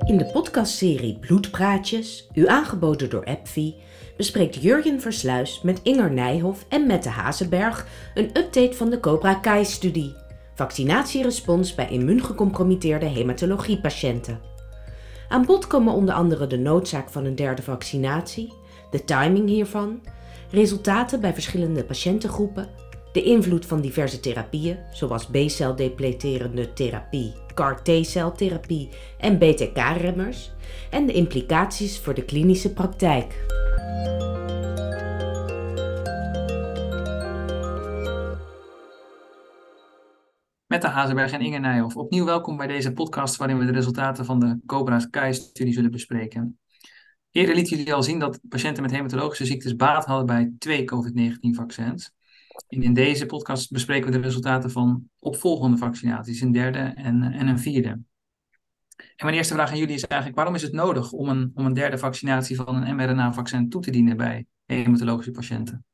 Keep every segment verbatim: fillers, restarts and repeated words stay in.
In de podcastserie Bloedpraatjes, u aangeboden door AbbVie, bespreekt Jurjen Versluis met Inger Nijhoff en Mette Hazenberg een update van de Cobra-Kai-studie. Vaccinatierespons bij immuungecompromitteerde hematologiepatiënten. Aan bod komen onder andere de noodzaak van een derde vaccinatie, de timing hiervan, resultaten bij verschillende patiëntengroepen, de invloed van diverse therapieën, zoals B-cel-depleterende therapie, C A R T-celtherapie en B T K-remmers, en de implicaties voor de klinische praktijk. Mette Hazenberg en Inger Nijhoff. Opnieuw welkom bij deze podcast waarin we de resultaten van de Cobra-Kai-studie zullen bespreken. Eerder lieten jullie al zien dat patiënten met hematologische ziektes baat hadden bij twee covid negentien vaccins. En in deze podcast bespreken we de resultaten van opvolgende vaccinaties, een derde en, en een vierde. En mijn eerste vraag aan jullie is eigenlijk, waarom is het nodig om een, om een derde vaccinatie van een mRNA-vaccin toe te dienen bij hematologische patiënten?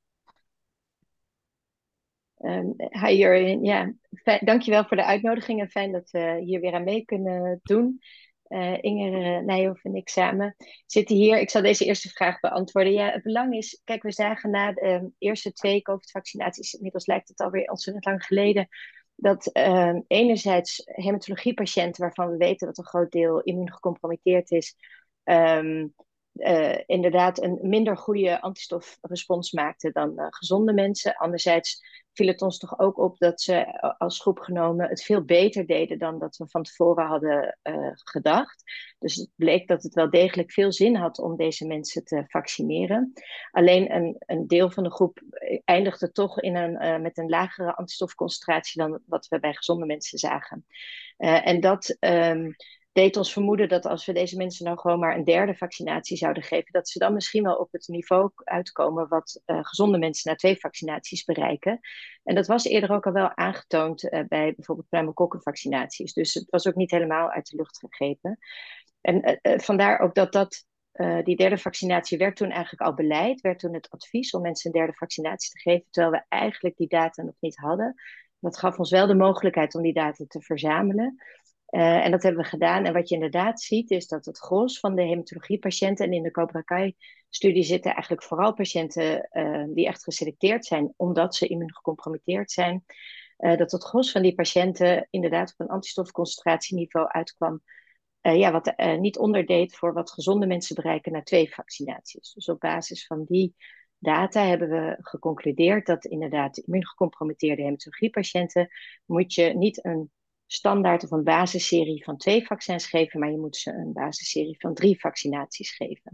Um, hi Jurjen, ja, fijn, dankjewel voor de uitnodiging en fijn dat we hier weer aan mee kunnen doen. Uh, Inger uh, Nijhoff en ik samen zitten hier. Ik zal deze eerste vraag beantwoorden. Ja, het belang is, kijk, we zagen na de um, eerste twee COVID-vaccinaties, inmiddels lijkt het alweer ontzettend lang geleden, dat uh, enerzijds hematologiepatiënten waarvan we weten dat een groot deel immuungecompromitteerd is, um, uh, inderdaad een minder goede antistofrespons maakten dan uh, gezonde mensen. Anderzijds viel het ons toch ook op dat ze als groep genomen het veel beter deden dan dat we van tevoren hadden uh, gedacht. Dus het bleek dat het wel degelijk veel zin had om deze mensen te vaccineren. Alleen een, een deel van de groep eindigde toch in een, uh, met een lagere antistofconcentratie dan wat we bij gezonde mensen zagen. Uh, en dat um, deed ons vermoeden dat als we deze mensen nou gewoon maar een derde vaccinatie zouden geven, dat ze dan misschien wel op het niveau uitkomen wat uh, gezonde mensen na twee vaccinaties bereiken. En dat was eerder ook al wel aangetoond uh, bij bijvoorbeeld pneumokokkenvaccinaties. Dus het was ook niet helemaal uit de lucht gegrepen. En uh, uh, vandaar ook dat dat, uh, die derde vaccinatie werd toen eigenlijk al beleid, werd toen het advies om mensen een derde vaccinatie te geven, terwijl we eigenlijk die data nog niet hadden. Dat gaf ons wel de mogelijkheid om die data te verzamelen. Uh, en dat hebben we gedaan. En wat je inderdaad ziet is dat het gros van de hematologiepatiënten, en in de Cobra-Kai-studie zitten eigenlijk vooral patiënten uh, die echt geselecteerd zijn omdat ze immuungecompromitteerd zijn, uh, dat het gros van die patiënten inderdaad op een antistofconcentratieniveau uitkwam, uh, ja, wat uh, niet onderdeed voor wat gezonde mensen bereiken na twee vaccinaties. Dus op basis van die data hebben we geconcludeerd dat inderdaad immuungecompromitteerde hematologiepatiënten moet je niet een standaard of een basisserie van twee vaccins geven, maar je moet ze een basisserie van drie vaccinaties geven.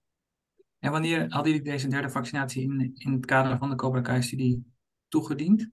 En wanneer hadden jullie deze derde vaccinatie in, in het kader van de Cobra-Kai-studie toegediend?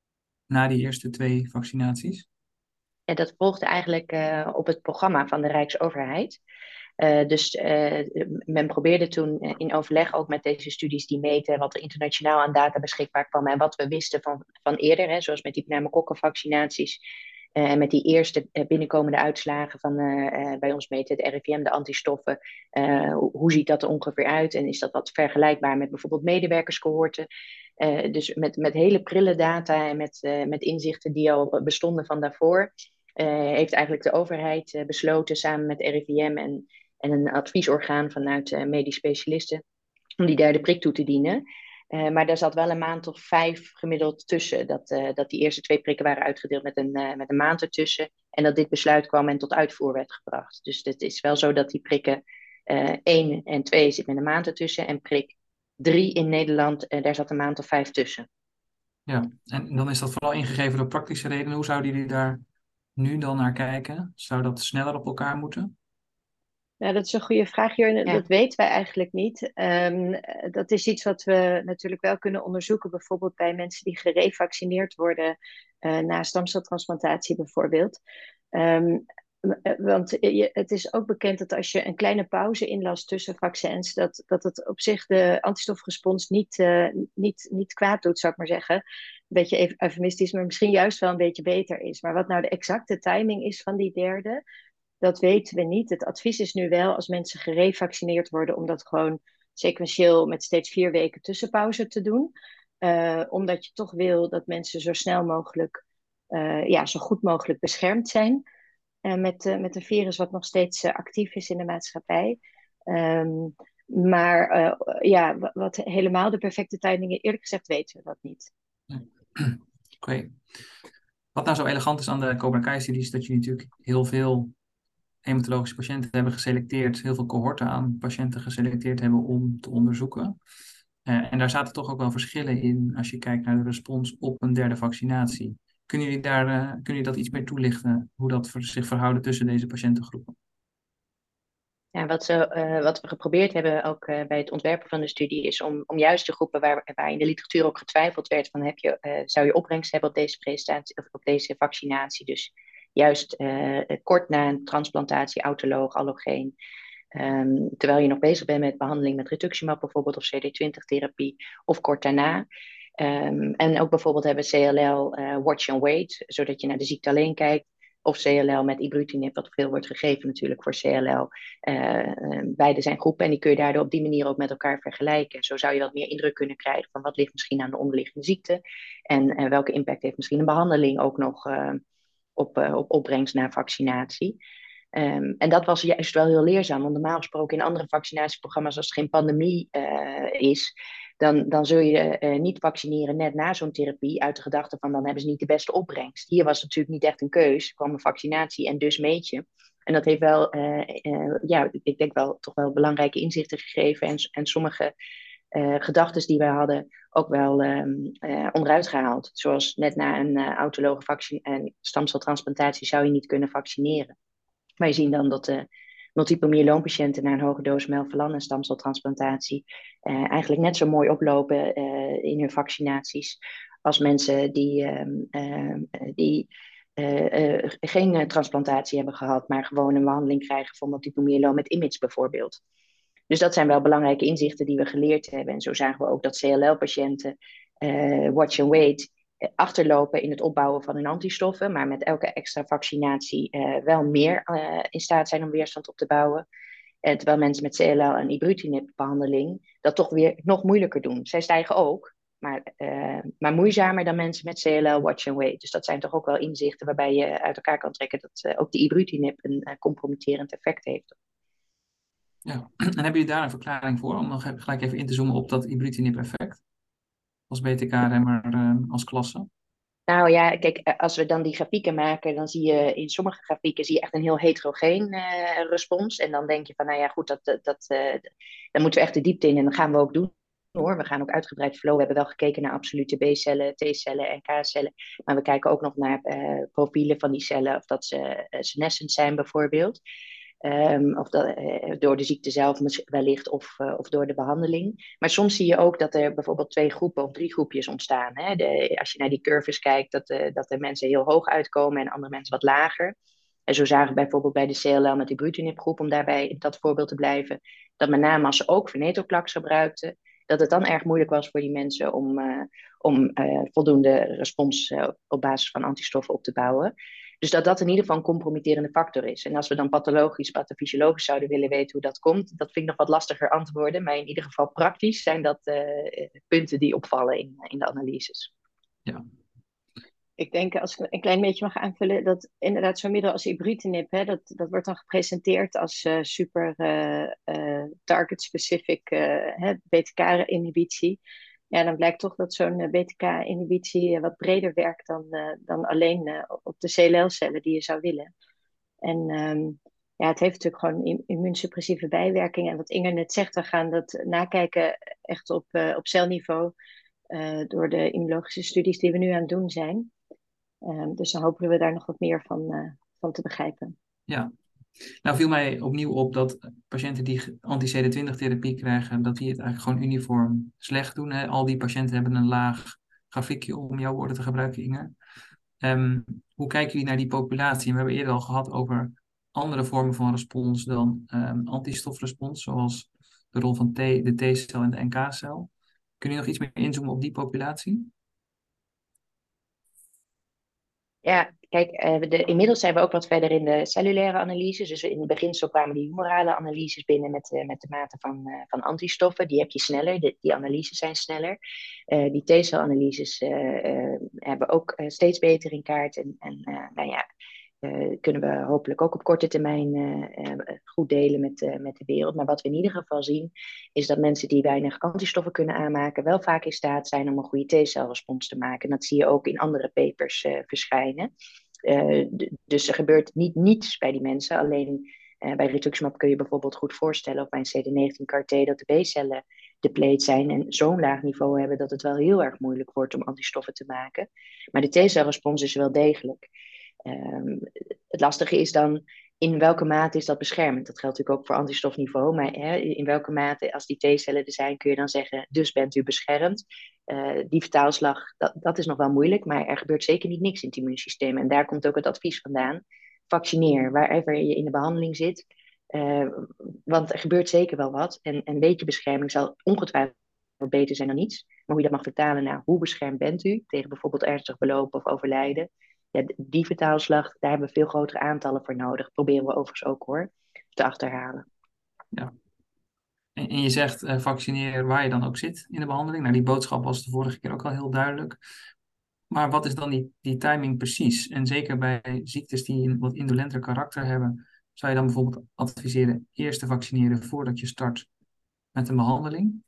Na die eerste twee vaccinaties? En dat volgde eigenlijk uh, op het programma van de Rijksoverheid. Uh, dus uh, men probeerde toen uh, in overleg ook met deze studies die meten wat er internationaal aan data beschikbaar kwam en wat we wisten van, van eerder, hè, zoals met die pneumokokkenvaccinaties. En uh, met die eerste uh, binnenkomende uitslagen van uh, uh, bij ons meten het R I V M, de antistoffen. Uh, hoe, hoe ziet dat er ongeveer uit? En is dat wat vergelijkbaar met bijvoorbeeld medewerkerscohorten? Uh, dus met, met hele prille data en met, uh, met inzichten die al bestonden van daarvoor, uh, heeft eigenlijk de overheid uh, besloten samen met R I V M en, en een adviesorgaan vanuit uh, medisch specialisten om die derde prik toe te dienen. Uh, maar daar zat wel een maand of vijf gemiddeld tussen. Dat, uh, dat die eerste twee prikken waren uitgedeeld met een, uh, met een maand ertussen. En dat dit besluit kwam en tot uitvoer werd gebracht. Dus het is wel zo dat die prikken uh, één en twee zit met een maand ertussen. En prik drie in Nederland, uh, daar zat een maand of vijf tussen. Ja, en dan is dat vooral ingegeven door praktische redenen. Hoe zouden jullie daar nu dan naar kijken? Zou dat sneller op elkaar moeten? Nou, dat is een goede vraag, Jurjen. Ja. Dat weten wij eigenlijk niet. Um, dat is iets wat we natuurlijk wel kunnen onderzoeken, bijvoorbeeld bij mensen die gerevaccineerd worden uh, na stamceltransplantatie bijvoorbeeld. Um, want je, het is ook bekend dat als je een kleine pauze inlast tussen vaccins, dat, dat het op zich de antistofrespons niet, uh, niet, niet kwaad doet, zou ik maar zeggen. Een beetje eufemistisch, maar misschien juist wel een beetje beter is. Maar wat nou de exacte timing is van die derde, dat weten we niet. Het advies is nu wel als mensen gerevaccineerd worden om dat gewoon sequentieel met steeds vier weken tussenpauze te doen. Uh, omdat je toch wil dat mensen zo snel mogelijk, uh, ja, zo goed mogelijk beschermd zijn. uh, met, uh, met een virus wat nog steeds uh, actief is in de maatschappij. Um, maar uh, ja, wat, wat helemaal de perfecte timing is, eerlijk gezegd weten we dat niet. Oké. Okay. Wat nou zo elegant is aan de Cobra Kai-studie is dat jullie natuurlijk heel veel hematologische patiënten hebben geselecteerd, heel veel cohorten aan patiënten geselecteerd hebben om te onderzoeken. Uh, en daar zaten toch ook wel verschillen in als je kijkt naar de respons op een derde vaccinatie. Kunnen jullie, daar, uh, kunnen jullie dat iets meer toelichten, hoe dat zich verhouden tussen deze patiëntengroepen? Ja, wat, ze, uh, wat we geprobeerd hebben ook uh, bij het ontwerpen van de studie is om, om juist de groepen waar, waar in de literatuur ook getwijfeld werd van heb je, uh, zou je opbrengst hebben op deze presentatie of op deze vaccinatie. Dus juist uh, kort na een transplantatie, autoloog, allogeen. Um, terwijl je nog bezig bent met behandeling met rituximab bijvoorbeeld of C D twintig therapie of kort daarna. Um, en ook bijvoorbeeld hebben C L L uh, watch and wait, zodat je naar de ziekte alleen kijkt. Of C L L met ibrutinib, wat veel wordt gegeven natuurlijk voor C L L. Uh, uh, beide zijn groepen en die kun je daardoor op die manier ook met elkaar vergelijken. Zo zou je wat meer indruk kunnen krijgen van wat ligt misschien aan de onderliggende ziekte. En uh, welke impact heeft misschien een behandeling ook nog uh, op, uh, op opbrengst na vaccinatie. Um, en dat was juist wel heel leerzaam, want normaal gesproken in andere vaccinatieprogramma's, als er geen pandemie uh, is, dan, dan zul je uh, niet vaccineren net na zo'n therapie uit de gedachte van dan hebben ze niet de beste opbrengst. Hier was het natuurlijk niet echt een keus, er kwam een vaccinatie en dus meet je. En dat heeft wel, uh, uh, ja, ik denk wel toch wel belangrijke inzichten gegeven en, en sommige uh, gedachten die wij hadden ook wel um, uh, onderuit gehaald. Zoals net na een uh, autologe vaccin- en stamceltransplantatie zou je niet kunnen vaccineren. Maar je ziet dan dat de multiple myeloompatiënten na een hoge dosis melphalan en stamceltransplantatie uh, eigenlijk net zo mooi oplopen uh, in hun vaccinaties als mensen die, um, uh, die uh, uh, geen uh, transplantatie hebben gehad, maar gewoon een behandeling krijgen voor multiple myeloom met IMiDs bijvoorbeeld. Dus dat zijn wel belangrijke inzichten die we geleerd hebben. En zo zagen we ook dat C L L-patiënten uh, watch and wait achterlopen in het opbouwen van hun antistoffen, maar met elke extra vaccinatie uh, wel meer uh, in staat zijn om weerstand op te bouwen. Uh, terwijl mensen met C L L en ibrutinib-behandeling dat toch weer nog moeilijker doen. Zij stijgen ook, maar, uh, maar moeizamer dan mensen met C L L watch and wait. Dus dat zijn toch ook wel inzichten waarbij je uit elkaar kan trekken dat uh, ook de ibrutinib een uh, compromitterend effect heeft. Ja, en hebben jullie daar een verklaring voor, om nog gelijk even in te zoomen op dat ibrutinib-effect? Als B T K-remmer uh, als klasse? Nou ja, kijk, als we dan die grafieken maken, dan zie je in sommige grafieken zie je echt een heel heterogeen uh, respons. En dan denk je van, nou ja, goed, dat, dat, dat, uh, dan moeten we echt de diepte in en dat gaan we ook doen. Hoor. We gaan ook uitgebreid flow. We hebben wel gekeken naar absolute B-cellen, T-cellen en K-cellen. Maar we kijken ook nog naar uh, profielen van die cellen, of dat ze uh, senescent zijn bijvoorbeeld. Um, of dat, uh, door de ziekte zelf wellicht of, uh, of door de behandeling. Maar soms zie je ook dat er bijvoorbeeld twee groepen of drie groepjes ontstaan. Hè? De, als je naar die curves kijkt, dat, uh, dat de mensen heel hoog uitkomen en andere mensen wat lager. En zo zagen we bijvoorbeeld bij de C L L met die ibrutinib groep, om daarbij dat voorbeeld te blijven, dat met name als ze ook venetoclax gebruikten, dat het dan erg moeilijk was voor die mensen om, uh, om uh, voldoende respons uh, op basis van antistoffen op te bouwen. Dus dat dat in ieder geval een compromitterende factor is. En als we dan pathologisch, pathofysiologisch zouden willen weten hoe dat komt, dat vind ik nog wat lastiger antwoorden. Maar in ieder geval praktisch zijn dat uh, punten die opvallen in, in de analyses. Ja. Ik denk, als ik een klein beetje mag aanvullen, dat inderdaad zo'n middel als ibrutinib, hè, dat, dat wordt dan gepresenteerd als uh, super uh, uh, target-specific uh, B T K-inhibitie. Ja, dan blijkt toch dat zo'n uh, B T K-inhibitie uh, wat breder werkt dan, uh, dan alleen uh, op de C L L-cellen die je zou willen. En um, ja, het heeft natuurlijk gewoon immuunsuppressieve bijwerkingen. En wat Inger net zegt, we gaan dat nakijken echt op, uh, op celniveau uh, door de immunologische studies die we nu aan het doen zijn. Um, dus dan hopen we daar nog wat meer van, uh, van te begrijpen. Ja, nou viel mij opnieuw op dat patiënten die anti-C D twintig therapie krijgen, dat die het eigenlijk gewoon uniform slecht doen. Hè? Al die patiënten hebben een laag grafiekje, om jouw woorden te gebruiken, Inge. Um, hoe kijken jullie naar die populatie? We hebben eerder al gehad over andere vormen van respons dan um, antistofrespons, zoals de rol van T, de T-cel en de N K-cel. Kun je nog iets meer inzoomen op die populatie? Ja, kijk, uh, de, inmiddels zijn we ook wat verder in de cellulaire analyses. Dus in het beginsel kwamen die humorale analyses binnen met, uh, met de mate van, uh, van antistoffen. Die heb je sneller, de, die analyses zijn sneller. Uh, die T-cel-analyses uh, uh, hebben ook uh, steeds beter in kaart. En, en uh, nou ja, uh, kunnen we hopelijk ook op korte termijn uh, uh, goed delen met, uh, met de wereld. Maar wat we in ieder geval zien, is dat mensen die weinig antistoffen kunnen aanmaken, wel vaak in staat zijn om een goede T-celrespons te maken. En dat zie je ook in andere papers uh, verschijnen. Uh, d- dus er gebeurt niet niets bij die mensen. Alleen uh, bij rituximab kun je bijvoorbeeld goed voorstellen, of bij een C D negentien C A R T, dat de B-cellen depleet zijn en zo'n laag niveau hebben dat het wel heel erg moeilijk wordt om antistoffen te maken. Maar de T-celrespons is wel degelijk. Um, het lastige is dan, in welke mate is dat beschermend? Dat geldt natuurlijk ook voor antistofniveau, maar hè, in welke mate, als die T-cellen er zijn, kun je dan zeggen, dus bent u beschermd. Uh, die vertaalslag, dat, dat is nog wel moeilijk, maar er gebeurt zeker niet niks in het immuunsysteem. En daar komt ook het advies vandaan. Vaccineer, wherever je in de behandeling zit. Uh, want er gebeurt zeker wel wat. En een beetje bescherming zal ongetwijfeld beter zijn dan niets. Maar hoe je dat mag vertalen naar hoe beschermd bent u tegen bijvoorbeeld ernstig belopen of overlijden. Ja, die vertaalslag, daar hebben we veel grotere aantallen voor nodig. Proberen we overigens ook hoor, te achterhalen. Ja. En, en je zegt uh, vaccineer waar je dan ook zit in de behandeling. Nou, die boodschap was de vorige keer ook al heel duidelijk. Maar wat is dan die, die timing precies? En zeker bij ziektes die een wat indolenter karakter hebben, zou je dan bijvoorbeeld adviseren eerst te vaccineren voordat je start met een behandeling?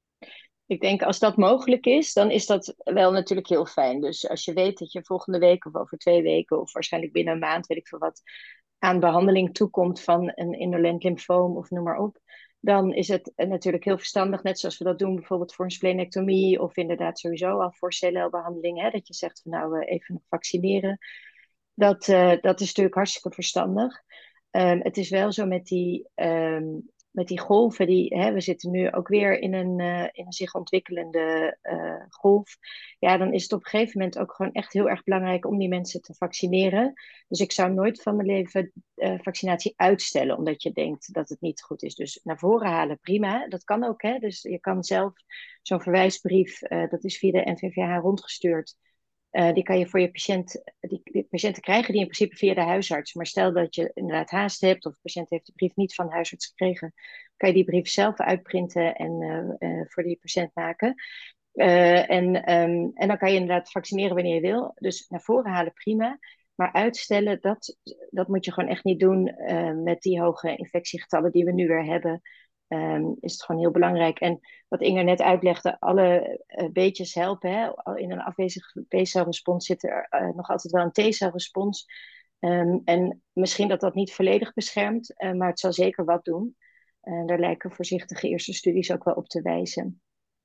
Ik denk als dat mogelijk is, dan is dat wel natuurlijk heel fijn. Dus als je weet dat je volgende week of over twee weken of waarschijnlijk binnen een maand, weet ik veel wat, aan behandeling toekomt van een indolent lymfoom of noem maar op, dan is het natuurlijk heel verstandig, net zoals we dat doen bijvoorbeeld voor een splenectomie of inderdaad sowieso al voor C L L-behandeling, hè, dat je zegt van nou uh, even nog vaccineren. Dat, uh, dat is natuurlijk hartstikke verstandig. Um, het is wel zo met die, um, met die golven, die, hè, we zitten nu ook weer in een, uh, in een zich ontwikkelende uh, golf. Ja, dan is het op een gegeven moment ook gewoon echt heel erg belangrijk om die mensen te vaccineren. Dus ik zou nooit van mijn leven uh, vaccinatie uitstellen, omdat je denkt dat het niet goed is. Dus naar voren halen, prima. Dat kan ook, hè. Dus je kan zelf zo'n verwijsbrief, uh, dat is via de N V V H rondgestuurd. Uh, die kan je voor je patiënt, die, die patiënten krijgen die in principe via de huisarts. Maar stel dat je inderdaad haast hebt of de patiënt heeft de brief niet van de huisarts gekregen, kan je die brief zelf uitprinten en uh, uh, voor die patiënt maken. Uh, en, um, en dan kan je inderdaad vaccineren wanneer je wil. Dus naar voren halen prima. Maar uitstellen, dat, dat moet je gewoon echt niet doen uh, met die hoge infectiegetallen die we nu weer hebben. Um, is het gewoon heel belangrijk. En wat Inger net uitlegde, alle uh, beetjes helpen. Hè? In een afwezige B-celrespons zit er uh, nog altijd wel een T-celrespons. Um, en misschien dat dat niet volledig beschermt, uh, maar het zal zeker wat doen. Uh, daar lijken voorzichtige eerste studies ook wel op te wijzen.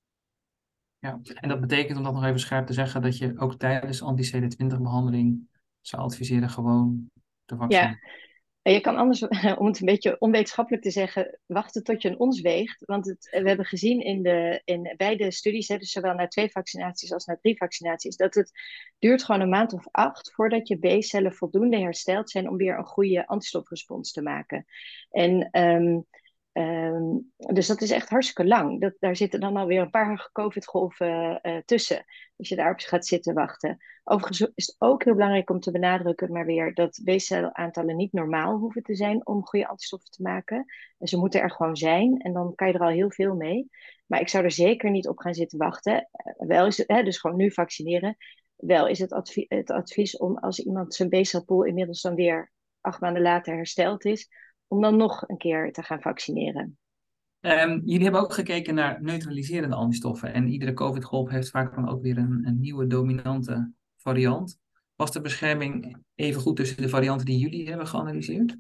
Ja, en dat betekent, om dat nog even scherp te zeggen, dat je ook tijdens anti-C D twintig behandeling zou adviseren gewoon te vaccineren. Ja. Je kan anders, om het een beetje onwetenschappelijk te zeggen, wachten tot je een ons weegt. Want het, we hebben gezien in, de, in beide studies, hè, dus zowel na twee vaccinaties als na drie vaccinaties, dat het duurt gewoon een maand of acht voordat je B-cellen voldoende hersteld zijn om weer een goede antistofrespons te maken. En um, um, dus dat is echt hartstikke lang. Dat, daar zitten dan alweer een paar COVID-golven uh, tussen, als je daarop gaat zitten wachten. Overigens is het ook heel belangrijk om te benadrukken, maar weer, dat B-cel-aantallen niet normaal hoeven te zijn om goede antistoffen te maken. En ze moeten er gewoon zijn en dan kan je er al heel veel mee. Maar ik zou er zeker niet op gaan zitten wachten. Wel is het, hè, dus gewoon nu vaccineren. Wel is het advies, het advies om als iemand zijn B-celpool inmiddels dan weer acht maanden later hersteld is, om dan nog een keer te gaan vaccineren. Um, jullie hebben ook gekeken naar neutraliserende antistoffen. En iedere COVID-golf heeft vaak dan ook weer een, een nieuwe dominante variant. Was de bescherming even goed tussen de varianten die jullie hebben geanalyseerd?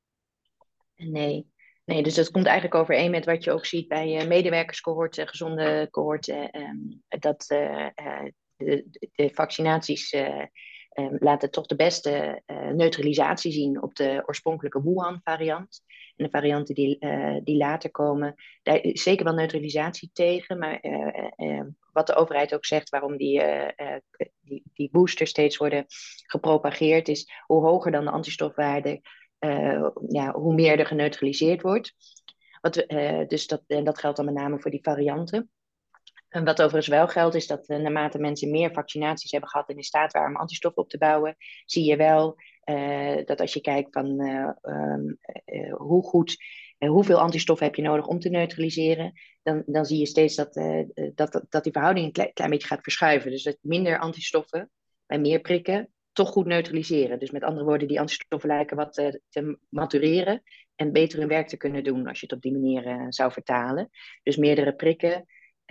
Nee. Nee, dus dat komt eigenlijk overeen met wat je ook ziet bij uh, medewerkerscohorten, gezonde cohorten. Um, dat uh, uh, de, de vaccinaties uh, um, laten toch de beste uh, neutralisatie zien op de oorspronkelijke Wuhan-variant. En de varianten die, uh, die later komen, daar is zeker wel neutralisatie tegen. Maar uh, uh, wat de overheid ook zegt, waarom die, uh, uh, die, die boosters steeds worden gepropageerd, is hoe hoger dan de antistofwaarde, Uh, ja, hoe meer er geneutraliseerd wordt. Wat, uh, dus dat, en dat geldt dan met name voor die varianten. En wat overigens wel geldt, is dat uh, naarmate mensen meer vaccinaties hebben gehad en in staat waren om antistoffen op te bouwen, zie je wel uh, dat als je kijkt van uh, um, uh, hoe goed, uh, hoeveel antistoffen heb je nodig om te neutraliseren, dan, dan zie je steeds dat, uh, dat, dat die verhouding een klein, klein beetje gaat verschuiven. Dus dat minder antistoffen bij meer prikken toch goed neutraliseren. Dus met andere woorden, die antistoffen lijken wat te, te matureren en beter hun werk te kunnen doen als je het op die manier uh, zou vertalen. Dus meerdere prikken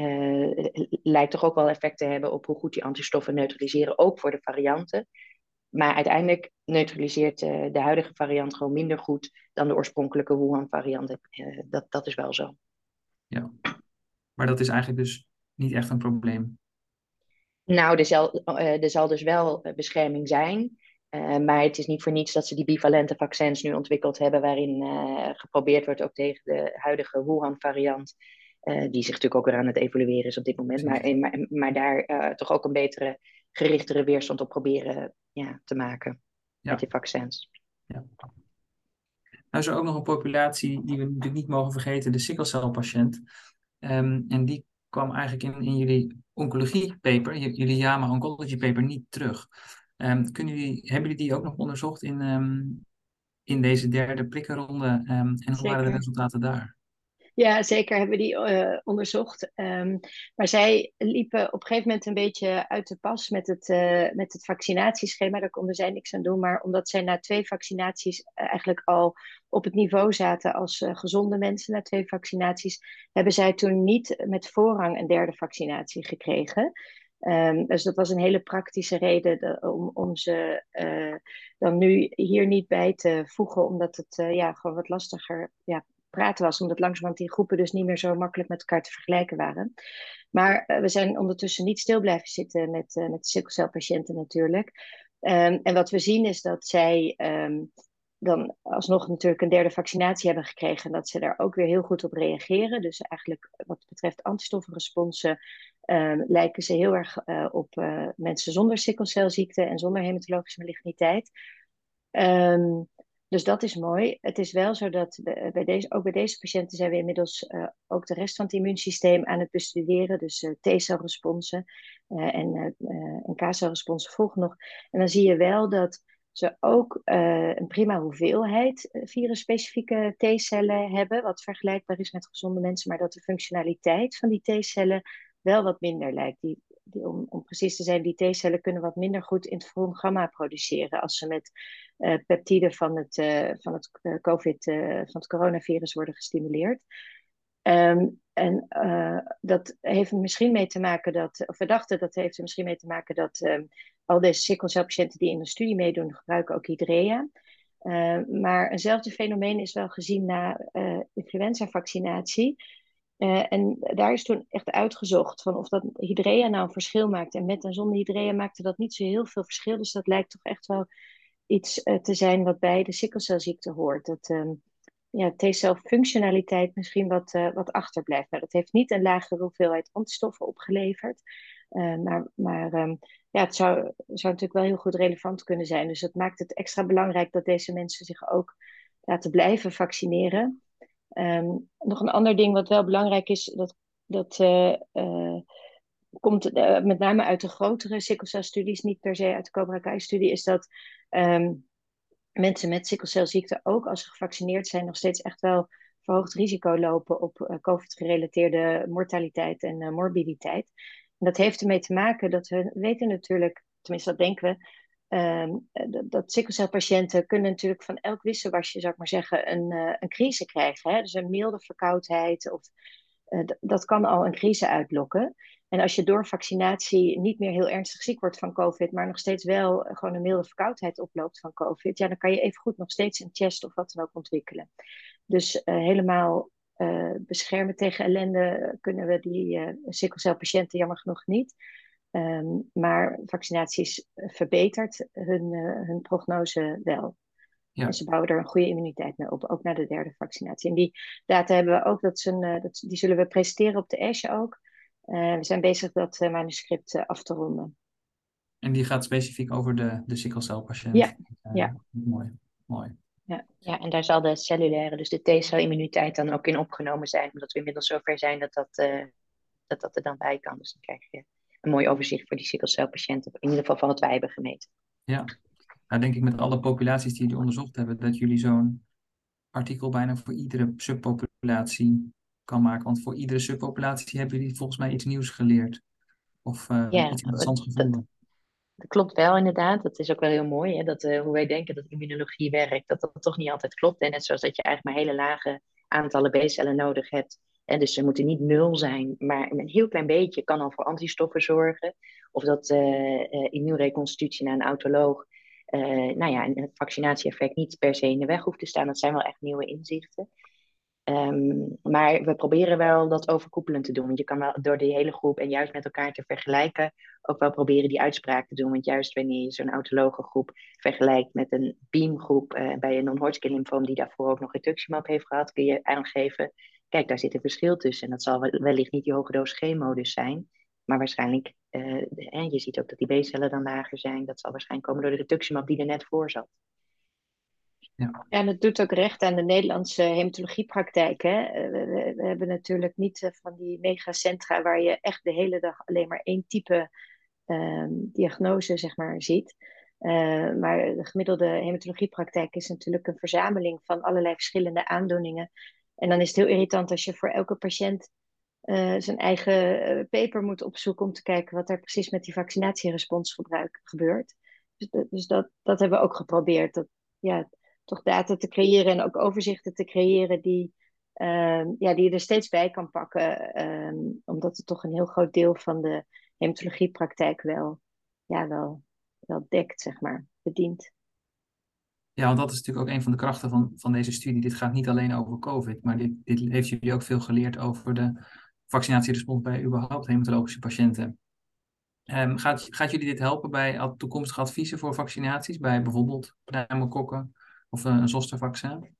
uh, lijkt toch ook wel effect te hebben op hoe goed die antistoffen neutraliseren, ook voor de varianten. Maar uiteindelijk neutraliseert uh, de huidige variant gewoon minder goed dan de oorspronkelijke Wuhan-variant. Uh, dat, dat is wel zo. Ja, maar dat is eigenlijk dus niet echt een probleem. Nou, er zal, uh, er zal dus wel bescherming zijn. Uh, maar het is niet voor niets dat ze die bivalente vaccins nu ontwikkeld hebben, waarin uh, geprobeerd wordt ook tegen de huidige Wuhan-variant, uh, die zich natuurlijk ook weer aan het evolueren is op dit moment, maar, maar, maar daar uh, toch ook een betere, gerichtere weerstand op proberen ja, te maken ja. met die vaccins. Ja. Nou is er ook nog een populatie die we natuurlijk niet mogen vergeten, de sikkelcelpatiënt. Um, en die kwam eigenlijk in, in jullie oncologie-paper, jullie JAMA Oncology-paper, niet terug. Um, kunnen jullie, hebben jullie die ook nog onderzocht in, um, in deze derde prikkenronde? Um, en hoe Zeker. waren de resultaten daar? Ja, zeker hebben we die uh, onderzocht. Um, maar zij liepen op een gegeven moment een beetje uit de pas met het, uh, met het vaccinatieschema. Daar konden zij niks aan doen. Maar omdat zij na twee vaccinaties uh, eigenlijk al op het niveau zaten als uh, gezonde mensen na twee vaccinaties, hebben zij toen niet met voorrang een derde vaccinatie gekregen. Um, dus dat was een hele praktische reden de, om, om ze uh, dan nu hier niet bij te voegen, omdat het uh, ja, gewoon wat lastiger ja, praten was, omdat langzamerhand die groepen dus niet meer zo makkelijk met elkaar te vergelijken waren. Maar uh, we zijn ondertussen niet stil blijven zitten met, uh, met de sikkelcelpatiënten natuurlijk. Um, en wat we zien is dat zij um, dan alsnog natuurlijk een derde vaccinatie hebben gekregen en dat ze daar ook weer heel goed op reageren. Dus eigenlijk wat betreft antistoffenresponsen um, lijken ze heel erg uh, op uh, mensen zonder sikkelcelziekte en zonder hematologische maligniteit. Um, Dus dat is mooi. Het is wel zo dat we, bij deze, ook bij deze patiënten zijn we inmiddels uh, ook de rest van het immuunsysteem aan het bestuderen. Dus uh, T-celresponsen uh, en, uh, en K-celresponsen volgen nog. En dan zie je wel dat ze ook uh, een prima hoeveelheid virusspecifieke T-cellen hebben, wat vergelijkbaar is met gezonde mensen, maar dat de functionaliteit van die T-cellen wel wat minder lijkt. Die, die, om, om precies te zijn, die T-cellen kunnen wat minder goed interferon gamma produceren als ze met uh, peptiden van het, uh, van het uh, COVID, uh, van het coronavirus worden gestimuleerd. Um, en uh, dat heeft er misschien mee te maken dat, of we dachten dat heeft er misschien mee te maken dat um, al deze sikkelcelpatiënten die in de studie meedoen, gebruiken ook Hydrea. Uh, maar eenzelfde fenomeen is wel gezien na uh, influenza-vaccinatie. Uh, en daar is toen echt uitgezocht van of dat Hydrea nou een verschil maakt. En met en zonder Hydrea maakte dat niet zo heel veel verschil. Dus dat lijkt toch echt wel iets uh, te zijn wat bij de sikkelcelziekte hoort. Dat um, ja, T-celfunctionaliteit misschien wat, uh, wat achterblijft. Nou, dat heeft niet een lagere hoeveelheid antistoffen opgeleverd. Uh, maar maar um, ja, het zou, zou natuurlijk wel heel goed relevant kunnen zijn. Dus dat maakt het extra belangrijk dat deze mensen zich ook laten blijven vaccineren. Um, nog een ander ding wat wel belangrijk is, dat, dat uh, uh, komt uh, met name uit de grotere sikkelcelstudies, niet per se uit de Cobra-Kai-studie, is dat um, mensen met sikkelcelziekte, ook als ze gevaccineerd zijn, nog steeds echt wel verhoogd risico lopen op uh, COVID-gerelateerde mortaliteit en uh, morbiditeit. En dat heeft ermee te maken dat we weten natuurlijk, tenminste dat denken we, Um, dat, dat sikkelcelpatiënten kunnen natuurlijk van elk wisselwasje, zou ik maar zeggen, een, uh, een crisis krijgen. Hè? Dus een milde verkoudheid, of, uh, d- dat kan al een crisis uitlokken. En als je door vaccinatie niet meer heel ernstig ziek wordt van COVID, maar nog steeds wel uh, gewoon een milde verkoudheid oploopt van COVID, ja, dan kan je evengoed nog steeds een chest of wat dan ook ontwikkelen. Dus uh, helemaal uh, beschermen tegen ellende kunnen we die uh, sikkelcelpatiënten jammer genoeg niet. Um, maar vaccinaties verbetert hun, uh, hun prognose wel. Ja. En ze bouwen er een goede immuniteit mee op, ook na de derde vaccinatie. En die data hebben we ook, dat, zijn, uh, dat die zullen we presenteren op de ASH ook. Uh, we zijn bezig dat uh, manuscript uh, af te ronden. En die gaat specifiek over de, de sikkelcelpatiënt? Ja. Uh, ja. Mooi, mooi. Ja. ja, en daar zal de cellulaire, dus de T-celimmuniteit dan ook in opgenomen zijn, omdat we inmiddels zover zijn dat dat, uh, dat, dat er dan bij kan. Dus dan krijg je een mooi overzicht voor die sikkelcelpatiënten, in ieder geval van wat wij hebben gemeten. Ja, nou denk ik met alle populaties die jullie onderzocht hebben, dat jullie zo'n artikel bijna voor iedere subpopulatie kan maken. Want voor iedere subpopulatie hebben jullie volgens mij iets nieuws geleerd. Of uh, ja, iets interessants gevonden. dat klopt wel inderdaad. Dat is ook wel heel mooi, hè? Dat uh, hoe wij denken dat immunologie werkt, dat dat toch niet altijd klopt. En net zoals dat je eigenlijk maar hele lage aantallen B-cellen nodig hebt. En dus ze moeten niet nul zijn, maar een heel klein beetje kan al voor antistoffen zorgen. Of dat uh, uh, immuunreconstitutie naar een autoloog, uh, nou ja, een vaccinatieeffect niet per se in de weg hoeft te staan. Dat zijn wel echt nieuwe inzichten. Um, maar we proberen wel dat overkoepelend te doen. Want je kan wel door die hele groep en juist met elkaar te vergelijken ook wel proberen die uitspraak te doen. Want juist wanneer je zo'n autologe groep vergelijkt met een beamgroep uh, bij een non-Hodgkin lymfoom die daarvoor ook nog rituximab heeft gehad, kun je aangeven, kijk, daar zit een verschil tussen. En dat zal wellicht niet die hoge doos chemo dus zijn, maar waarschijnlijk, uh, en je ziet ook dat die B-cellen dan lager zijn. Dat zal waarschijnlijk komen door de rituximab die er net voor zat. Ja. Ja, en het doet ook recht aan de Nederlandse hematologiepraktijk. Hè? We, we, we hebben natuurlijk niet uh, van die megacentra waar je echt de hele dag alleen maar één type um, diagnose zeg maar, ziet. Uh, maar de gemiddelde hematologiepraktijk is natuurlijk een verzameling van allerlei verschillende aandoeningen. En dan is het heel irritant als je voor elke patiënt uh, zijn eigen uh, paper moet opzoeken om te kijken wat er precies met die vaccinatieresponsgebruik gebeurt. Dus, dus dat, dat hebben we ook geprobeerd. Dat, ja, toch data te creëren en ook overzichten te creëren die, uh, ja, die je er steeds bij kan pakken. Um, omdat het toch een heel groot deel van de hematologiepraktijk wel, ja, wel, wel dekt, zeg maar, bedient. Ja, want dat is natuurlijk ook een van de krachten van, van deze studie. Dit gaat niet alleen over COVID, maar dit, dit heeft jullie ook veel geleerd over de vaccinatierespons bij überhaupt hematologische patiënten. Um, gaat, gaat jullie dit helpen bij ad- toekomstige adviezen voor vaccinaties, bij bijvoorbeeld pneumokokken of uh, een zostervaccin?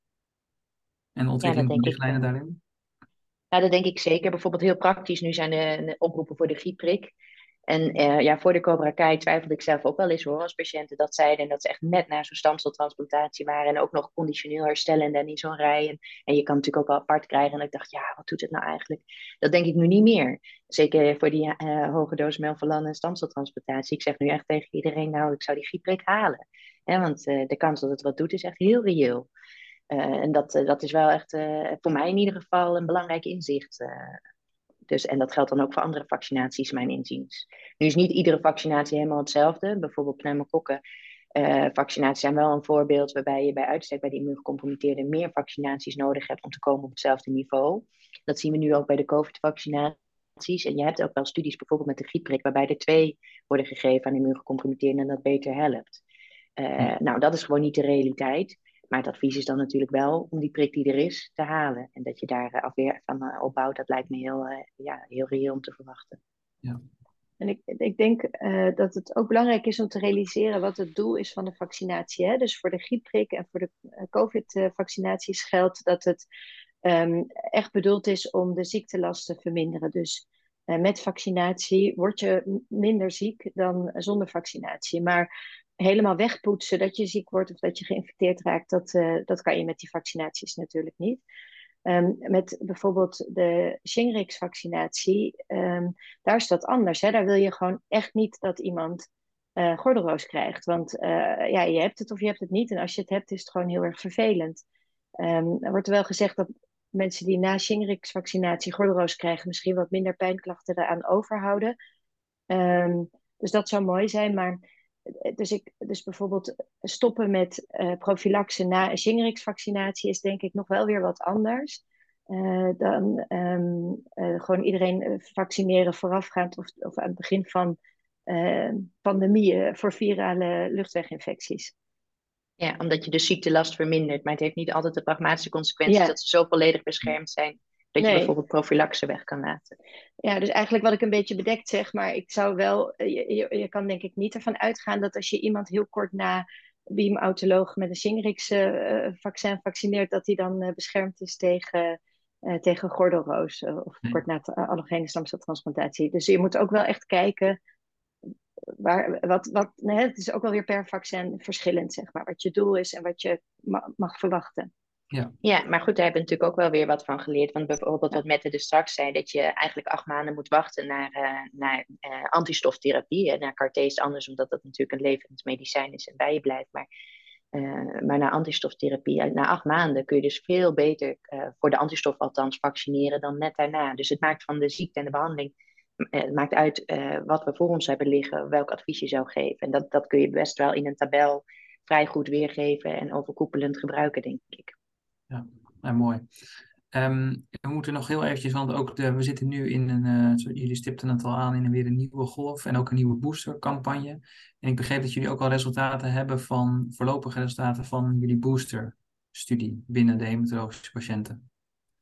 En de Ja, dat ontwikkeling van denk ik richtlijnen wel. daarin? Ja, dat denk ik zeker. Bijvoorbeeld heel praktisch, nu zijn de, de oproepen voor de griepprik. En uh, ja, voor de Cobra Kai twijfelde ik zelf ook wel eens hoor, als patiënten dat zeiden. En dat ze echt net na zo'n stamceltransplantatie waren. En ook nog conditioneel herstellen en in zo'n rij. En, en je kan het natuurlijk ook wel apart krijgen. En ik dacht, ja, wat doet het nou eigenlijk? Dat denk ik nu niet meer. Zeker voor die uh, hoge doos melphalan en stamceltransplantatie. Ik zeg nu echt tegen iedereen, nou, ik zou die griepprik halen. Hè, want uh, de kans dat het wat doet is echt heel reëel. Uh, en dat, uh, dat is wel echt uh, voor mij in ieder geval een belangrijk inzicht. Uh, dus, en dat geldt dan ook voor andere vaccinaties, mijn inziens. Nu is niet iedere vaccinatie helemaal hetzelfde. Bijvoorbeeld pneumokokken. Uh, vaccinaties zijn wel een voorbeeld waarbij je bij uitstek bij de immuungecompromitteerden meer vaccinaties nodig hebt om te komen op hetzelfde niveau. Dat zien we nu ook bij de COVID-vaccinaties. En je hebt ook wel studies bijvoorbeeld met de griepprik waarbij er twee worden gegeven aan immuungecompromitteerden en dat beter helpt. Uh, nou, dat is gewoon niet de realiteit. Maar het advies is dan natuurlijk wel om die prik die er is te halen. En dat je daar uh, afweer van uh, opbouwt, dat lijkt me heel, uh, ja, heel reëel om te verwachten. Ja. En ik, ik denk uh, dat het ook belangrijk is om te realiseren wat het doel is van de vaccinatie. Hè? Dus voor de griepprik en voor de uh, COVID-vaccinaties geldt dat het um, echt bedoeld is om de ziektelast te verminderen. Dus uh, met vaccinatie word je minder ziek dan zonder vaccinatie. Maar helemaal wegpoetsen dat je ziek wordt of dat je geïnfecteerd raakt, dat, uh, dat kan je met die vaccinaties natuurlijk niet. Um, met bijvoorbeeld de Shingrix-vaccinatie, um, daar is dat anders. Hè? Daar wil je gewoon echt niet dat iemand uh, gordelroos krijgt. Want uh, ja, je hebt het of je hebt het niet. En als je het hebt, is het gewoon heel erg vervelend. Um, er wordt wel gezegd dat mensen die na Shingrix-vaccinatie gordelroos krijgen, misschien wat minder pijnklachten eraan overhouden. Um, dus dat zou mooi zijn, maar dus, ik, dus bijvoorbeeld stoppen met uh, profilaxe na een Shingrix-vaccinatie is denk ik nog wel weer wat anders uh, dan um, uh, gewoon iedereen vaccineren voorafgaand of, of aan het begin van uh, pandemieën voor virale luchtweginfecties. Ja, omdat je de ziektelast vermindert, maar het heeft niet altijd de pragmatische consequenties Ja. dat ze zo volledig beschermd zijn dat je Nee. bijvoorbeeld profilaxe weg kan laten. Ja, dus eigenlijk wat ik een beetje bedekt zeg, maar ik zou wel, je, je, je kan denk ik niet ervan uitgaan dat als je iemand heel kort na beamautoloog met een Shingrix-vaccin uh, vaccineert, dat hij dan uh, beschermd is tegen, uh, tegen gordelroos uh, of Nee. kort na uh, allogene stamceltransplantatie. Dus je moet ook wel echt kijken, waar, wat, wat, nee, het is ook wel weer per vaccin verschillend, zeg maar, wat je doel is en wat je ma- mag verwachten. Ja. Ja, maar goed, daar hebben we natuurlijk ook wel weer wat van geleerd. Want bijvoorbeeld wat Mette dus straks zei, dat je eigenlijk acht maanden moet wachten naar, uh, naar uh, antistoftherapie. En naar C A R T is anders, omdat dat natuurlijk een levend medicijn is en bij je blijft. Maar, uh, maar naar antistoftherapie, na acht maanden kun je dus veel beter uh, voor de antistof althans vaccineren dan net daarna. Dus het maakt van de ziekte en de behandeling het maakt uit uh, wat we voor ons hebben liggen, welk advies je zou geven. En dat, dat kun je best wel in een tabel vrij goed weergeven en overkoepelend gebruiken, denk ik. Ja, nou, mooi. Um, we moeten nog heel eventjes, want ook de, we zitten nu in een, uh, zo, jullie stipten het al aan, in een, weer een nieuwe golf en ook een nieuwe boostercampagne. En ik begreep dat jullie ook al resultaten hebben van, voorlopige resultaten van jullie boosterstudie binnen de hematologische patiënten.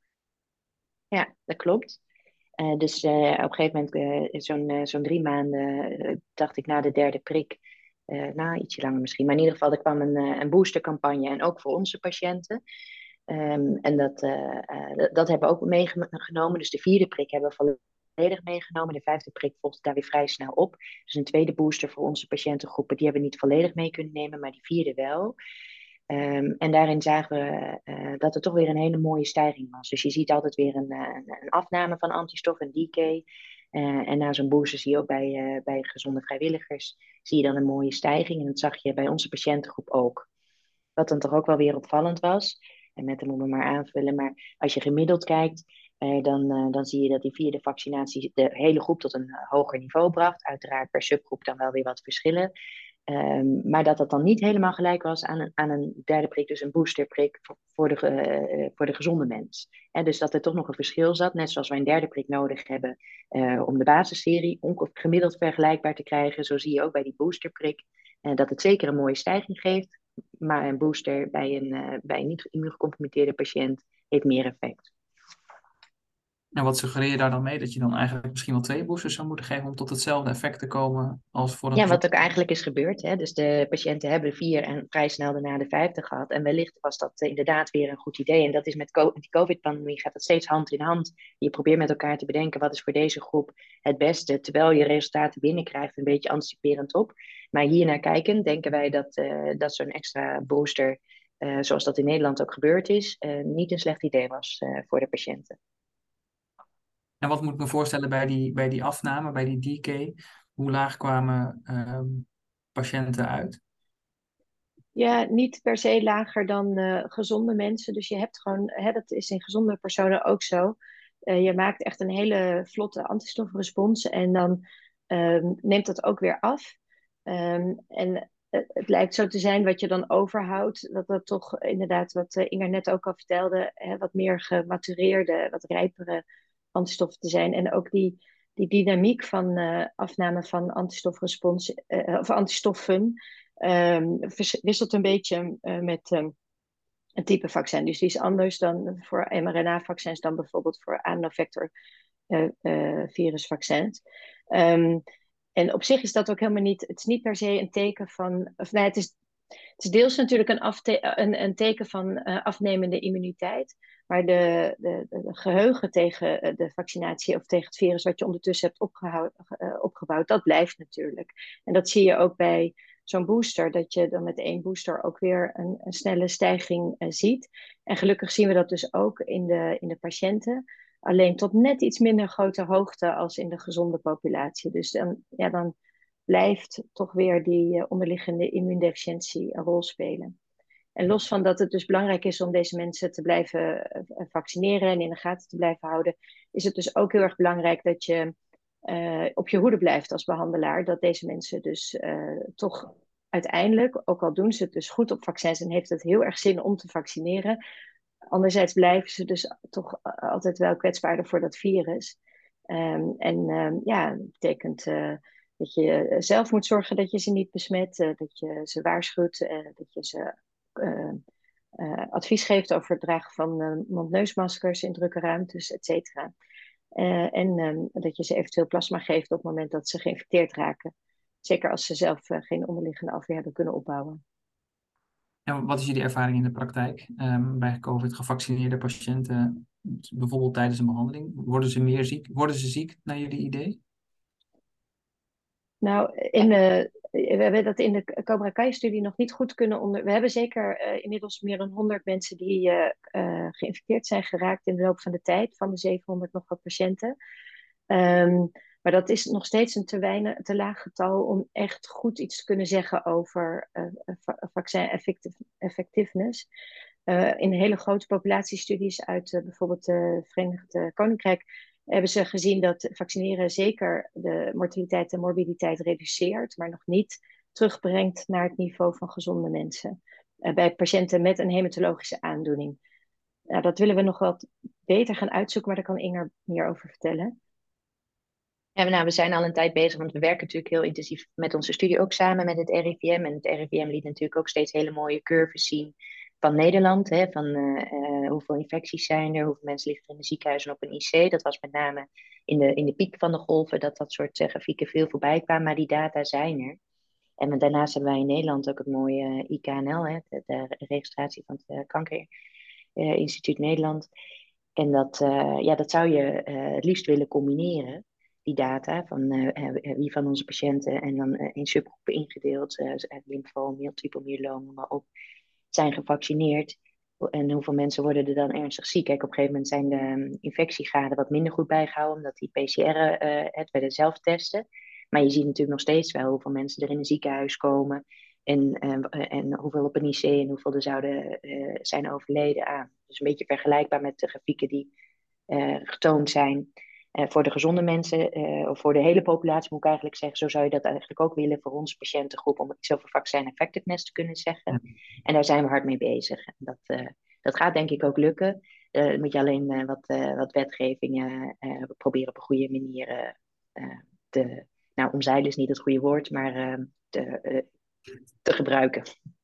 Ja, dat klopt. Uh, dus uh, op een gegeven moment, uh, zo'n uh, zo'n drie maanden, uh, dacht ik na de derde prik, uh, nou ietsje langer misschien, maar in ieder geval er kwam een, uh, een boostercampagne en ook voor onze patiënten. Um, en dat, uh, uh, dat hebben we ook meegenomen. Dus de vierde prik hebben we volledig meegenomen. De vijfde prik volgt daar weer vrij snel op. Dus een tweede booster voor onze patiëntengroepen, die hebben we niet volledig mee kunnen nemen, maar die vierde wel. Um, en daarin zagen we uh, dat er toch weer een hele mooie stijging was. Dus je ziet altijd weer een, een, een afname van antistof, een decay. Uh, en na zo'n booster zie je ook bij, uh, bij gezonde vrijwilligers, zie je dan een mooie stijging. En dat zag je bij onze patiëntengroep ook. Wat dan toch ook wel weer opvallend was. En met hem moeten we maar aanvullen. Maar als je gemiddeld kijkt, uh, dan, uh, dan zie je dat die vierde vaccinatie de hele groep tot een uh, hoger niveau bracht. Uiteraard per subgroep dan wel weer wat verschillen. Um, maar dat dat dan niet helemaal gelijk was aan een, aan een derde prik, dus een boosterprik voor, voor, de, uh, voor de gezonde mens. En dus dat er toch nog een verschil zat, net zoals wij een derde prik nodig hebben uh, om de basisserie gemiddeld vergelijkbaar te krijgen. Zo zie je ook bij die boosterprik uh, dat het zeker een mooie stijging geeft. Maar een booster bij een, uh, bij een niet immuungecompromitteerde patiënt heeft meer effect. En wat suggereer je daar dan mee? Dat je dan eigenlijk misschien wel twee boosters zou moeten geven om tot hetzelfde effect te komen als voor een Ja, gezond... wat ook eigenlijk is gebeurd. Hè? Dus de patiënten hebben vier en vrij snel daarna de vijfde gehad. En wellicht was dat uh, inderdaad weer een goed idee. En dat is met co- die COVID-pandemie gaat dat steeds hand in hand. Je probeert met elkaar te bedenken wat is voor deze groep het beste. Terwijl je resultaten binnenkrijgt, een beetje anticiperend op. Maar hiernaar kijken denken wij dat, uh, dat zo'n extra booster, uh, zoals dat in Nederland ook gebeurd is, uh, niet een slecht idee was uh, voor de patiënten. En wat moet ik me voorstellen bij die, bij die afname, bij die decay? Hoe laag kwamen um, patiënten uit? Ja, niet per se lager dan uh, gezonde mensen. Dus je hebt gewoon, hè, dat is in gezonde personen ook zo. Uh, je maakt echt een hele vlotte antistofrespons en dan um, neemt dat ook weer af. Um, en het, het lijkt zo te zijn wat je dan overhoudt, dat dat toch inderdaad, wat uh, Inger net ook al vertelde, hè, wat meer gematureerde, wat rijpere antistoffen te zijn. En ook die, die dynamiek van uh, afname van antistofrespons, uh, of antistoffen. Um, wisselt een beetje uh, met um, een type vaccin. Dus die is anders dan voor mRNA-vaccins dan bijvoorbeeld voor adenovirus uh, uh, virusvaccins. Um, en op zich is dat ook helemaal niet, het is niet per se een teken van, of nee, het is, het is deels natuurlijk een, afte, een, een teken van uh, afnemende immuniteit. Maar de, de, de geheugen tegen de vaccinatie of tegen het virus wat je ondertussen hebt opgehoud, uh, opgebouwd, dat blijft natuurlijk. En dat zie je ook bij zo'n booster, dat je dan met één booster ook weer een, een snelle stijging uh, ziet. En gelukkig zien we dat dus ook in de, in de patiënten. Alleen tot net iets minder grote hoogte als in de gezonde populatie. Dus dan, ja, dan blijft toch weer die uh, onderliggende immuundeficiëntie een rol spelen. En los van dat het dus belangrijk is om deze mensen te blijven uh, vaccineren en in de gaten te blijven houden, is het dus ook heel erg belangrijk dat je uh, op je hoede blijft als behandelaar. Dat deze mensen dus uh, toch uiteindelijk, ook al doen ze het dus goed op vaccins en heeft het heel erg zin om te vaccineren, anderzijds blijven ze dus toch altijd wel kwetsbaarder voor dat virus. Um, en um, ja, dat betekent uh, dat je zelf moet zorgen dat je ze niet besmet, uh, dat je ze waarschuwt, uh, dat je ze uh, uh, advies geeft over het dragen van uh, mond-neusmaskers in drukke ruimtes, et cetera. Uh, en um, dat je ze eventueel plasma geeft op het moment dat ze geïnfecteerd raken. Zeker als ze zelf uh, geen onderliggende afweer hebben kunnen opbouwen. En wat is jullie ervaring in de praktijk um, bij COVID-gevaccineerde patiënten, bijvoorbeeld tijdens een behandeling? Worden ze meer ziek? Worden ze ziek, naar jullie idee? Nou, in de, we hebben dat in de Cobra Kai-studie nog niet goed kunnen onder... We hebben zeker uh, inmiddels meer dan honderd mensen die uh, uh, geïnfecteerd zijn geraakt in de loop van de tijd, van de zevenhonderd nog wat patiënten. Um, maar dat is nog steeds een te, weinig, te laag getal om echt goed iets te kunnen zeggen over uh, vaccin effectiveness. Uh, in hele grote populatiestudies uit uh, bijvoorbeeld het uh, Verenigd Koninkrijk hebben ze gezien dat vaccineren zeker de mortaliteit en morbiditeit reduceert, maar nog niet terugbrengt naar het niveau van gezonde mensen. Uh, bij patiënten met een hematologische aandoening. Nou, dat willen we nog wat beter gaan uitzoeken, maar daar kan Inger meer over vertellen. Ja, nou, we zijn al een tijd bezig, want we werken natuurlijk heel intensief met onze studie ook samen met het R I V M. En het R I V M liet natuurlijk ook steeds hele mooie curves zien van Nederland. Hè, van uh, uh, hoeveel infecties zijn er, hoeveel mensen liggen er in de ziekenhuizen op een I C. Dat was met name in de, in de piek van de golven dat dat soort uh, grafieken veel voorbij kwamen, maar die data zijn er. En daarnaast hebben wij in Nederland ook het mooie uh, I K N L, hè, de, de registratie van het uh, Kankerinstituut uh, Nederland. En dat, uh, ja, dat zou je uh, het liefst willen combineren, die data van uh, wie van onze patiënten en dan uh, in subgroepen ingedeeld, uh, lymfoom, multiple myeloom, maar op, zijn gevaccineerd. En hoeveel mensen worden er dan ernstig ziek? Kijk, op een gegeven moment zijn de um, infectiegraden wat minder goed bijgehouden, omdat die P C R, uh, het werden zelf testen. Maar je ziet natuurlijk nog steeds wel hoeveel mensen er in een ziekenhuis komen en, uh, en hoeveel op een I C en hoeveel er zouden uh, zijn overleden aan. Dus een beetje vergelijkbaar met de grafieken die uh, getoond zijn. Uh, voor de gezonde mensen, uh, of voor de hele populatie moet ik eigenlijk zeggen, zo zou je dat eigenlijk ook willen voor onze patiëntengroep, om iets over vaccin effectiveness te kunnen zeggen. Ja. En daar zijn we hard mee bezig. En dat, uh, dat gaat denk ik ook lukken. Uh, dan moet je alleen uh, wat, uh, wat wetgevingen uh, proberen op een goede manier uh, uh, te, nou omzeilen is niet het goede woord, maar uh, te, uh, te gebruiken.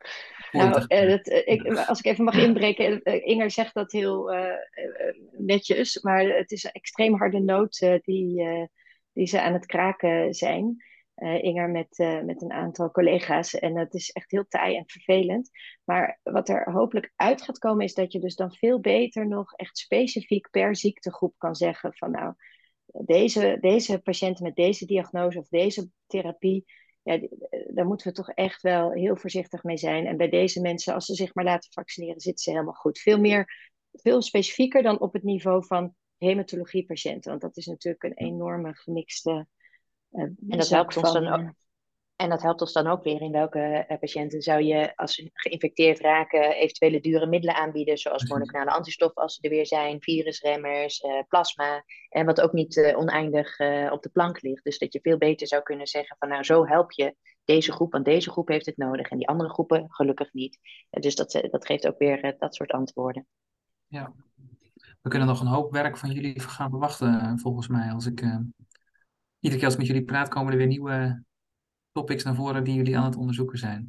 Nou, uh, dat, uh, ik, als ik even mag inbreken, uh, Inger zegt dat heel uh, uh, netjes, maar het is een extreem harde noot uh, die, uh, die ze aan het kraken zijn. Uh, Inger met, uh, met een aantal collega's en het is echt heel taai en vervelend. Maar wat er hopelijk uit gaat komen is dat je dus dan veel beter nog echt specifiek per ziektegroep kan zeggen van nou, deze, deze patiënten met deze diagnose of deze therapie, ja, daar moeten we toch echt wel heel voorzichtig mee zijn. En bij deze mensen, als ze zich maar laten vaccineren, zitten ze helemaal goed. Veel meer, veel specifieker dan op het niveau van hematologiepatiënten. Want dat is natuurlijk een enorme gemixte uh, en dat helpt ons dan ook. En dat helpt ons dan ook weer in welke uh, patiënten zou je, als ze geïnfecteerd raken, eventuele dure middelen aanbieden, zoals monoclonale antistoffen als ze er weer zijn, virusremmers, uh, plasma, en wat ook niet uh, oneindig uh, op de plank ligt. Dus dat je veel beter zou kunnen zeggen van nou, zo help je deze groep, want deze groep heeft het nodig en die andere groepen gelukkig niet. Uh, dus dat, uh, dat geeft ook weer uh, dat soort antwoorden. Ja, we kunnen nog een hoop werk van jullie gaan verwachten, volgens mij. Als ik, uh, iedere keer als ik met jullie praat, komen er weer nieuwe topics naar voren die jullie aan het onderzoeken zijn.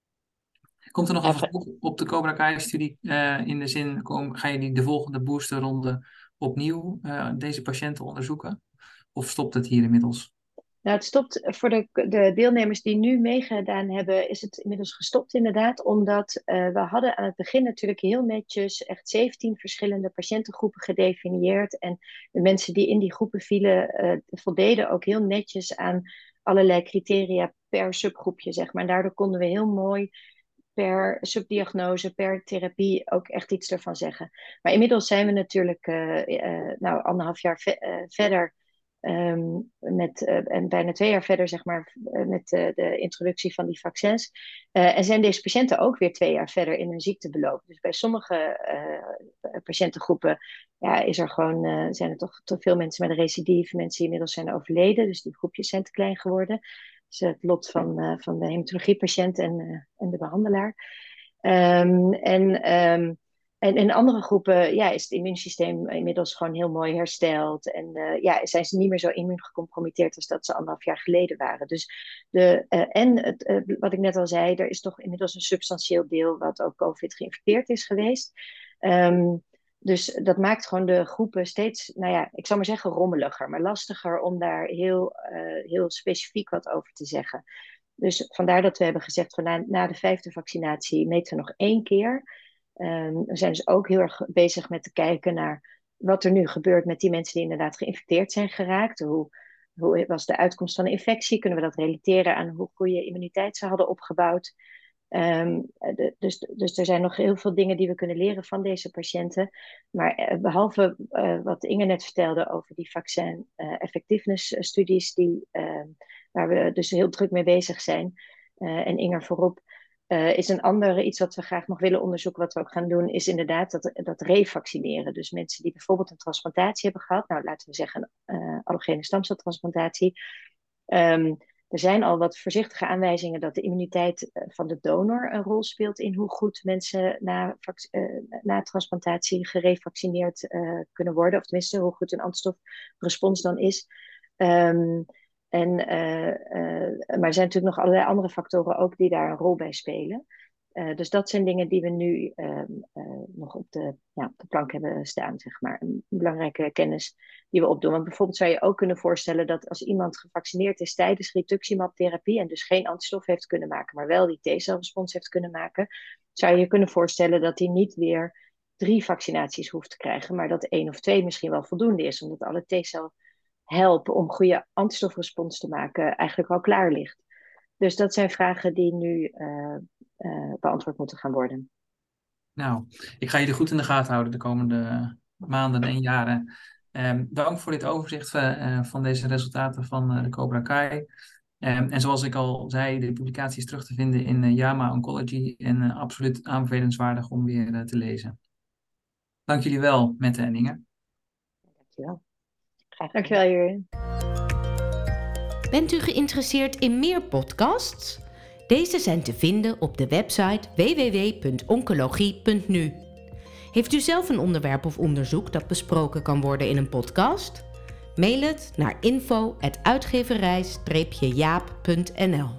Komt er nog een vervolg op de Cobra Kai-studie uh, in de zin, kom, ga je die de volgende boosterronde opnieuw uh, deze patiënten onderzoeken? Of stopt het hier inmiddels? Nou, het stopt voor de, de deelnemers die nu meegedaan hebben, is het inmiddels gestopt inderdaad, omdat uh, we hadden aan het begin natuurlijk heel netjes echt zeventien verschillende patiëntengroepen gedefinieerd en de mensen die in die groepen vielen uh, voldeden ook heel netjes aan allerlei criteria per subgroepje, zeg maar. En daardoor konden we heel mooi per subdiagnose, per therapie ook echt iets ervan zeggen. Maar inmiddels zijn we natuurlijk uh, uh, nou, anderhalf jaar ve- uh, verder Um, met, uh, en bijna twee jaar verder, zeg maar, uh, met uh, de introductie van die vaccins. Uh, en zijn deze patiënten ook weer twee jaar verder in hun ziektebeloop. Dus bij sommige uh, patiëntengroepen ja, is er gewoon, uh, zijn er toch te veel mensen met een recidief, mensen die inmiddels zijn overleden. Dus die groepjes zijn te klein geworden. Dus het lot van, uh, van de hematologiepatiënt en, uh, en de behandelaar. Um, en... Um, En in andere groepen ja, is het immuunsysteem inmiddels gewoon heel mooi hersteld. En uh, ja, zijn ze niet meer zo immuungecompromitteerd als dat ze anderhalf jaar geleden waren. Dus de, uh, en het, uh, wat ik net al zei, er is toch inmiddels een substantieel deel wat ook COVID geïnfecteerd is geweest. Um, dus dat maakt gewoon de groepen steeds, nou ja, ik zou maar zeggen rommeliger. Maar lastiger om daar heel, uh, heel specifiek wat over te zeggen. Dus vandaar dat we hebben gezegd van na, na de vijfde vaccinatie meten we nog één keer. Um, we zijn dus ook heel erg bezig met te kijken naar wat er nu gebeurt met die mensen die inderdaad geïnfecteerd zijn geraakt. Hoe, hoe was de uitkomst van de infectie? Kunnen we dat relateren aan hoe goede immuniteit ze hadden opgebouwd? Um, de, dus, dus er zijn nog heel veel dingen die we kunnen leren van deze patiënten. Maar uh, behalve uh, wat Inge net vertelde over die vaccin uh, effectiveness studies, die, uh, waar we dus heel druk mee bezig zijn, uh, en Inger voorop, Uh, is een andere, iets wat we graag nog willen onderzoeken, wat we ook gaan doen, is inderdaad dat, dat revaccineren. Dus mensen die bijvoorbeeld een transplantatie hebben gehad, nou laten we zeggen uh, allogene stamceltransplantatie. Um, er zijn al wat voorzichtige aanwijzingen dat de immuniteit van de donor een rol speelt in hoe goed mensen na, uh, na transplantatie gerevaccineerd uh, kunnen worden. Of tenminste, hoe goed een antistofrespons dan is. Um, En, uh, uh, maar er zijn natuurlijk nog allerlei andere factoren ook die daar een rol bij spelen. Uh, dus dat zijn dingen die we nu uh, uh, nog op de, ja, op de plank hebben staan, zeg maar. Een belangrijke kennis die we opdoen. Want bijvoorbeeld zou je ook kunnen voorstellen dat als iemand gevaccineerd is tijdens rituximab-therapie en dus geen antistof heeft kunnen maken, maar wel die T-celrespons heeft kunnen maken, zou je je kunnen voorstellen dat hij niet weer drie vaccinaties hoeft te krijgen, maar dat één of twee misschien wel voldoende is, omdat alle T-cel helpen om goede antistofrespons te maken eigenlijk al klaar ligt. Dus dat zijn vragen die nu uh, uh, beantwoord moeten gaan worden. Nou, ik ga jullie goed in de gaten houden de komende maanden en jaren. Um, dank voor dit overzicht uh, van deze resultaten van uh, de Cobra Kai. Um, en zoals ik al zei, de publicatie is terug te vinden in uh, JAMA Oncology en uh, absoluut aanbevelenswaardig om weer uh, te lezen. Dank jullie wel, Mette en Inge. Dankjewel. Dankjewel, Jurjen. Bent u geïnteresseerd in meer podcasts? Deze zijn te vinden op de website w w w punt oncologie punt n u. Heeft u zelf een onderwerp of onderzoek dat besproken kan worden in een podcast? Mail het naar info at uitgeverij streepje jaap punt n l.